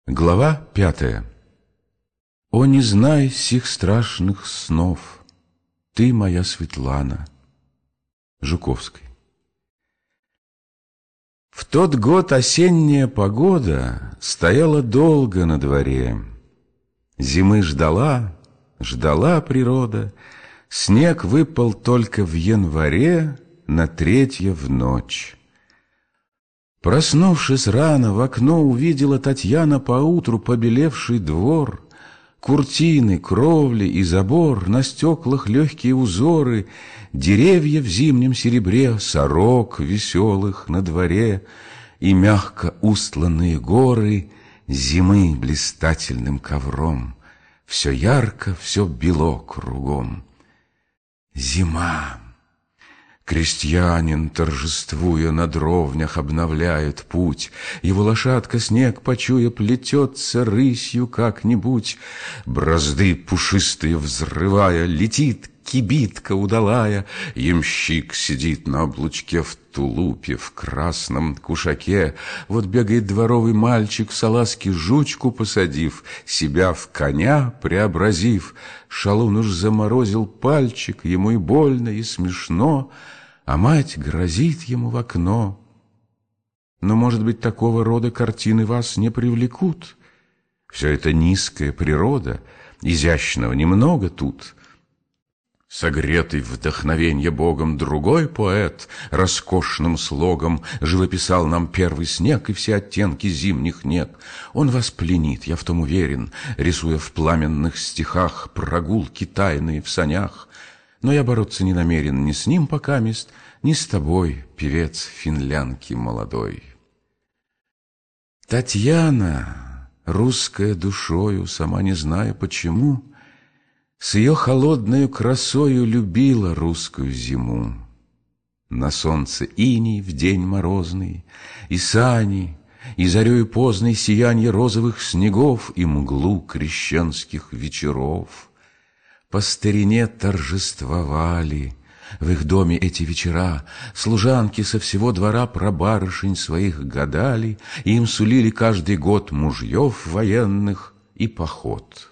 Глава 5. О, не знай сих страшных снов, ты моя Светлана. Жуковский. В тот год осенняя погода стояла долго на дворе. Зимы ждала природа, снег выпал только в январе на 3 в ночь. Проснувшись рано, в окно увидела Татьяна поутру побелевший двор, куртины, кровли и забор, на стеклах легкие узоры, деревья в зимнем серебре, сорок веселых на дворе и мягко устланные горы зимы блистательным ковром. Все ярко, все бело кругом. Зима. Крестьянин, торжествуя на дровнях, обновляет путь. Его лошадка, снег почуя, плетется рысью как-нибудь. Бразды пушистые взрывая, летит кибитка удалая. Ямщик сидит на облучке в тулупе, в красном кушаке. Вот бегает дворовый мальчик, в салазки жучку посадив, себя в коня преобразив. Шалун уж заморозил пальчик, ему и больно, и смешно, а мать грозит ему в окно. Но, может быть, такого рода картины вас не привлекут? Все это низкая природа, изящного немного тут. Согретый вдохновенье Богом другой поэт роскошным слогом живописал нам первый снег и все оттенки зимних нег. Он вас пленит, я в том уверен, рисуя в пламенных стихах прогулки тайные в санях. Но я бороться не намерен ни с ним покамест, ни с тобой, певец финлянки молодой. Татьяна, русская душою, сама не зная почему, с ее холодною красою любила русскую зиму. На солнце иней в день морозный, и сани, и зарею поздной сиянье розовых снегов и мглу крещенских вечеров. По старине торжествовали в их доме эти вечера, служанки со всего двора про барышень своих гадали, и им сулили каждый год мужьев военных и поход.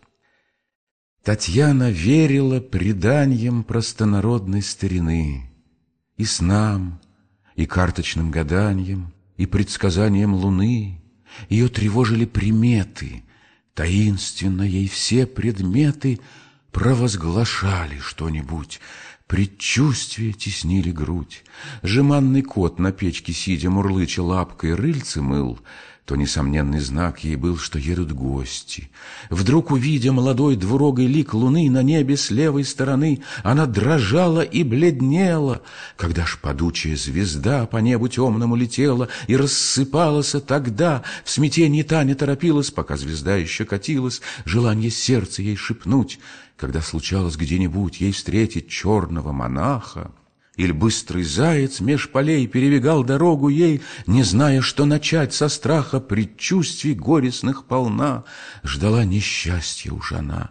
Татьяна верила преданьям простонародной старины, и снам, и карточным гаданьям, и предсказаниям луны. Ее тревожили приметы, таинственно ей все предметы провозглашали что-нибудь, предчувствия теснили грудь. Жеманный кот на печке сидя мурлыча лапкой рыльце мыл, то несомненный знак ей был, что едут гости. Вдруг, увидя молодой двурогой лик луны на небе с левой стороны, она дрожала и бледнела. Когда ж падучая звезда по небу темному летела и рассыпалась тогда, в смятении Таня торопилась, пока звезда еще катилась, желание сердца ей шепнуть. Когда случалось где-нибудь ей встретить черного монаха, или быстрый заяц меж полей перебегал дорогу ей, не зная, что начать со страха, предчувствий горестных полна, ждала несчастья уж она.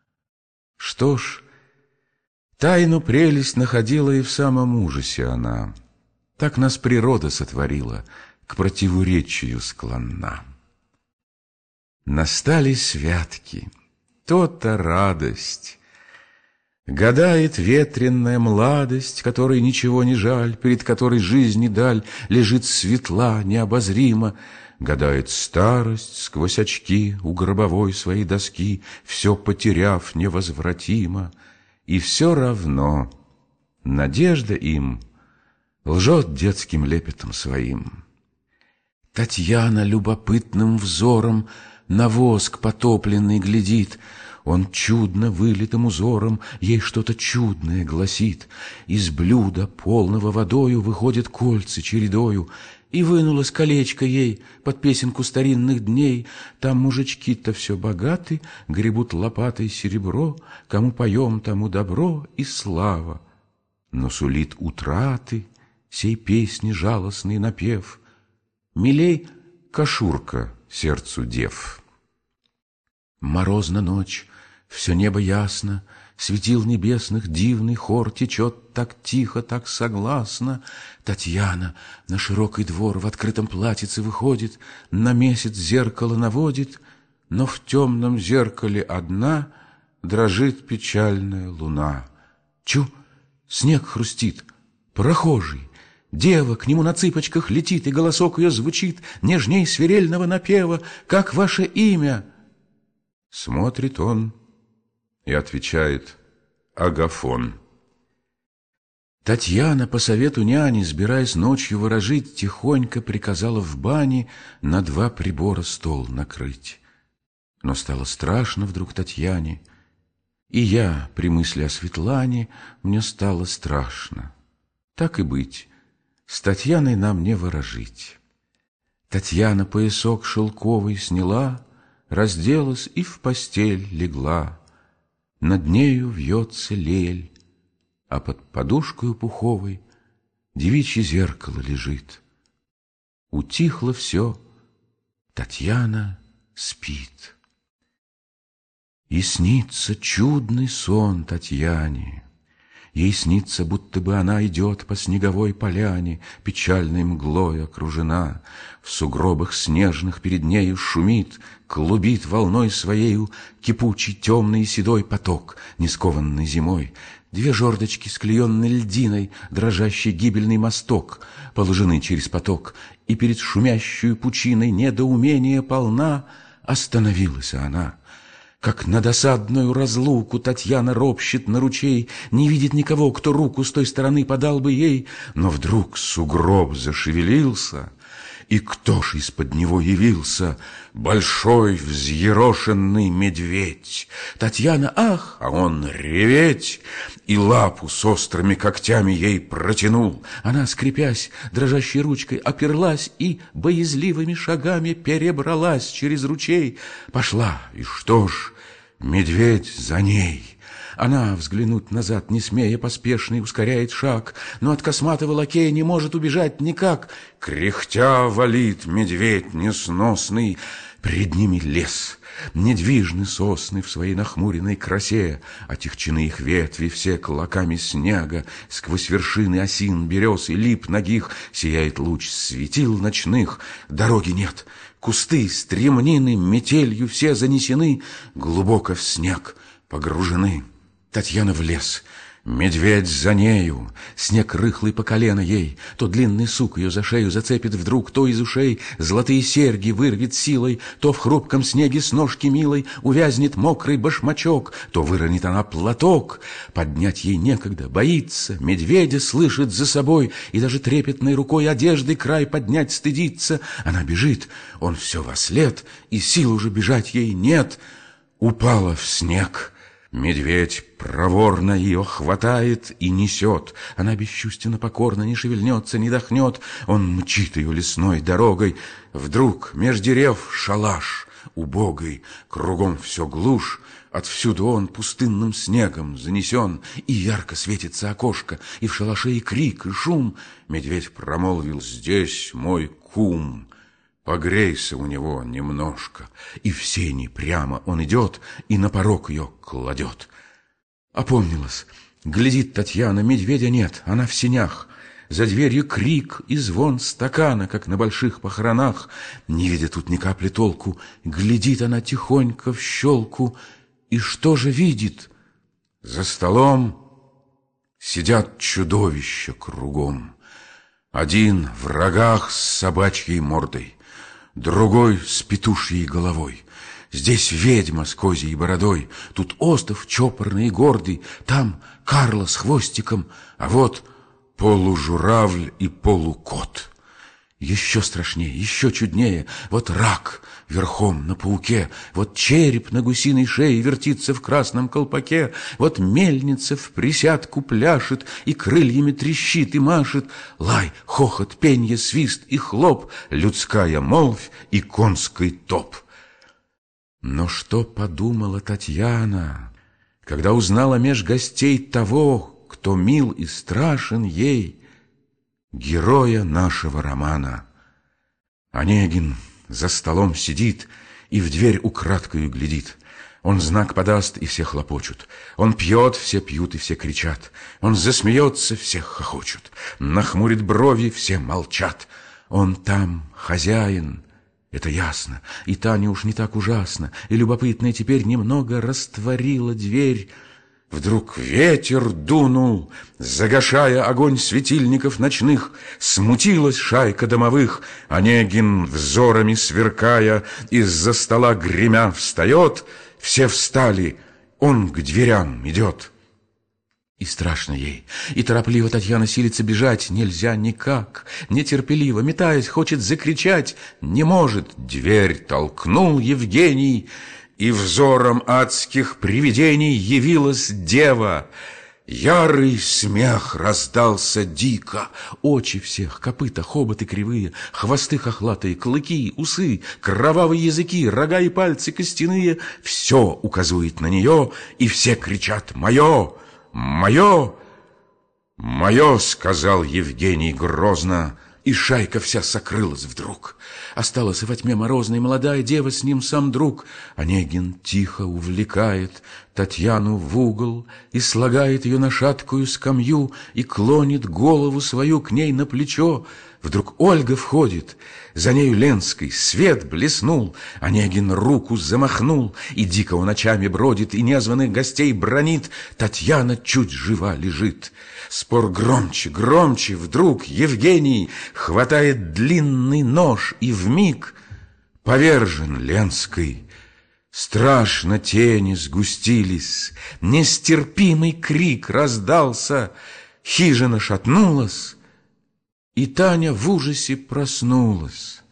Что ж, тайну прелесть находила и в самом ужасе она. Так нас природа сотворила, к противоречию склонна. Настали святки, то-то радость. Гадает ветренная младость, которой ничего не жаль, перед которой жизни даль лежит светла, необозрима. Гадает старость сквозь очки у гробовой своей доски, все потеряв невозвратимо. И все равно надежда им лжет детским лепетом своим. Татьяна любопытным взором на воск потопленный глядит. Он чудно вылитым узором ей что-то чудное гласит. Из блюда, полного водою, выходят кольца чередою, и вынулось колечко ей под песенку старинных дней. Там мужички-то все богаты, гребут лопатой серебро, кому поем, тому добро и слава. Но сулит утраты сей песни жалостный напев. Милей кошурка сердцу дев. Морозна ночь, Все небо ясно, светил небесных дивный хор течет так тихо, так согласно. Татьяна на широкий двор в открытом платьице выходит, на месяц зеркало наводит, но в темном зеркале одна дрожит печальная луна. Чу, снег хрустит, прохожий, дева к нему на цыпочках летит, и голосок ее звучит нежней свирельного напева: «Как ваше имя?» Смотрит он и отвечает: Агафон. Татьяна по совету няни, сбираясь ночью ворожить, тихонько приказала в бане на 2 прибора стол накрыть. Но стало страшно вдруг Татьяне, и я при мысли о Светлане мне стало страшно. Так и быть, с Татьяной нам не ворожить. Татьяна поясок шелковый сняла, разделась и в постель легла. Над нею вьется лель, а под подушкою пуховой девичье зеркало лежит. Утихло все, Татьяна спит. И снится чудный сон Татьяне. Ей снится, будто бы она идет по снеговой поляне, печальной мглой окружена. В сугробах снежных перед нею шумит, клубит волной своею кипучий темный и седой поток, не скованный зимой. 2 жердочки, склеенной льдиной, дрожащий гибельный мосток, положены через поток, и перед шумящую пучиной недоумения полна остановилась она. Как на досадную разлуку Татьяна ропщет на ручей, не видит никого, кто руку с той стороны подал бы ей, но вдруг сугроб зашевелился, и кто ж из-под него явился? Большой взъерошенный медведь. Татьяна ах, а он реветь, и лапу с острыми когтями ей протянул. Она, скрипясь, дрожащей ручкой оперлась и боязливыми шагами перебралась через ручей. Пошла, и что ж, медведь за ней. Она, взглянуть назад не смея, поспешный ускоряет шаг, но от косматого лакея не может убежать никак. Кряхтя валит медведь несносный, пред ними лес, недвижны сосны в своей нахмуренной красе, отягчены их ветви все клоками снега, сквозь вершины осин, берез и лип нагих сияет луч светил ночных. Дороги нет, кусты, стремнины метелью все занесены, глубоко в снег погружены. Татьяна в лес, медведь за нею, снег рыхлый по колено ей, то длинный сук ее за шею зацепит вдруг, то из ушей золотые серьги вырвет силой, то в хрупком снеге с ножки милой увязнет мокрый башмачок, то выронит она платок. Поднять ей некогда, боится, медведя слышит за собой, и даже трепетной рукой одежды край поднять стыдится. Она бежит, он все вослед, и сил уже бежать ей нет. Упала в снег. Медведь проворно ее хватает и несет. Она бесчувственно покорно не шевельнется, не дохнет. Он мчит ее лесной дорогой. Вдруг меж дерев шалаш убогой, кругом все глушь. Отвсюду он пустынным снегом занесен, и ярко светится окошко, и в шалаше и крик, и шум. Медведь промолвил: «Здесь мой кум». Погрейся у него немножко, и в сени прямо он идет и на порог ее кладет. Опомнилась, глядит Татьяна, медведя нет, она в сенях. За дверью крик и звон стакана, как на больших похоронах. Не видя тут ни капли толку, глядит она тихонько в щелку. И что же видит? За столом сидят чудовища кругом. Один в рогах с собачьей мордой, другой с петушьей головой. Здесь ведьма с козьей бородой, тут остов чопорный и гордый, там Карла с хвостиком, а вот полужуравль и полукот. Еще страшнее, еще чуднее. Вот рак верхом на пауке, вот череп на гусиной шее вертится в красном колпаке, вот мельница в присядку пляшет и крыльями трещит и машет. Лай, хохот, пенье, свист и хлоп, людская молвь и конский топ. Но что подумала Татьяна, когда узнала меж гостей того, кто мил и страшен ей, героя нашего романа? Онегин за столом сидит и в дверь украдкою глядит. Он знак подаст, и все хлопочут. Он пьет, все пьют, и все кричат. Он засмеется, все хохочут. Нахмурит брови, все молчат. Он там хозяин, это ясно, и Таня уж не так ужасно, и любопытная теперь немного растворила дверь. Вдруг ветер дунул, загашая огонь светильников ночных. Смутилась шайка домовых. Онегин, взорами сверкая, из-за стола гремя встает. Все встали, он к дверям идет. И страшно ей, и торопливо Татьяна силится бежать. Нельзя никак, нетерпеливо, метаясь, хочет закричать. Не может, дверь толкнул Евгений, и взором адских привидений явилась дева. Ярый смех раздался дико. Очи всех, копыта, хоботы кривые, хвосты хохлатые, клыки, усы, кровавые языки, рога и пальцы костяные — все указывает на нее, и все кричат «Мое! Мое!» «Мое!» — сказал Евгений грозно, и шайка вся сокрылась вдруг. Осталась во тьме морозной молодая дева, с ним сам друг. Онегин тихо увлекает Татьяну в угол и слагает ее на шаткую скамью и клонит голову свою к ней на плечо. Вдруг Ольга входит, за нею Ленской, свет блеснул. Онегин руку замахнул, и дико он ночами бродит, и незваных гостей бранит. Татьяна чуть жива лежит. Спор громче, громче, вдруг Евгений хватает длинный нож, и вмиг повержен Ленской. Страшно тени сгустились, нестерпимый крик раздался, хижина шатнулась, и Таня в ужасе проснулась.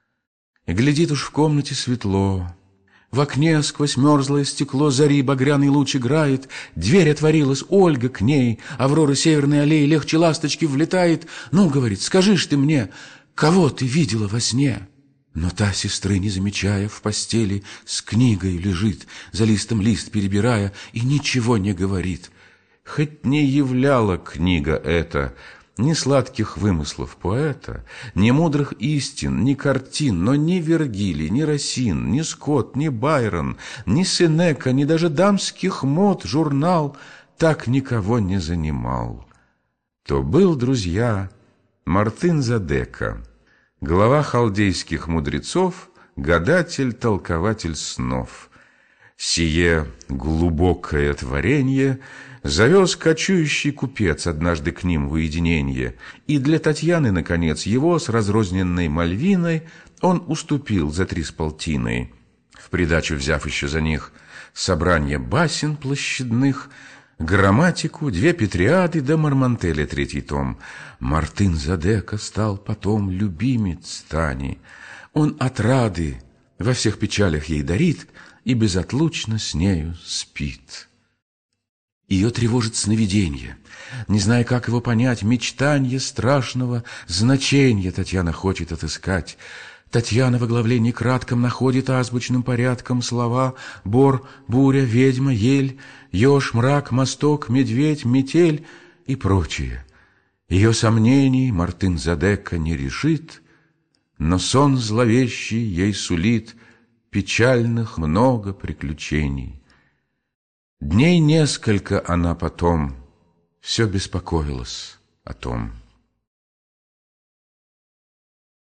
И глядит уж в комнате светло. В окне сквозь мерзлое стекло зари багряный луч играет. Дверь отворилась, Ольга к ней. Аврора северной аллеи легче ласточки влетает. «Ну, — говорит, — скажи ж ты мне, кого ты видела во сне?» Но та, сестры не замечая, в постели с книгой лежит, за листом лист перебирая, и ничего не говорит. Хоть не являла книга эта ни сладких вымыслов поэта, ни мудрых истин, ни картин, но ни Вергилий, ни Рассин, ни Скотт, ни Байрон, ни Сенека, ни даже дамских мод журнал так никого не занимал. То был, друзья, Мартын Задека, глава халдейских мудрецов, гадатель, толкователь снов. Сие глубокое творенье завез кочующий купец однажды к ним в уединенье, и для Татьяны, наконец, его с разрозненной Мальвиной он уступил за 3 полтины, в придачу взяв еще за них собрание басен площадных, грамматику, 2 Петриады да Мармонтеля 3 том. Мартын Задека стал потом любимец Тани. Он отрады во всех печалях ей дарит и безотлучно с нею спит. Ее тревожит сновиденье. Не зная, как его понять, мечтанье страшного значения Татьяна хочет отыскать. Татьяна в оглавлении кратком находит азбучным порядком слова «бор», «буря», «ведьма», «ель», «еж», «мрак», «мосток», «медведь», «метель» и прочее. Ее сомнений Мартын Задека не решит, но сон зловещий ей сулит печальных много приключений. Дней несколько она потом все беспокоилась о том.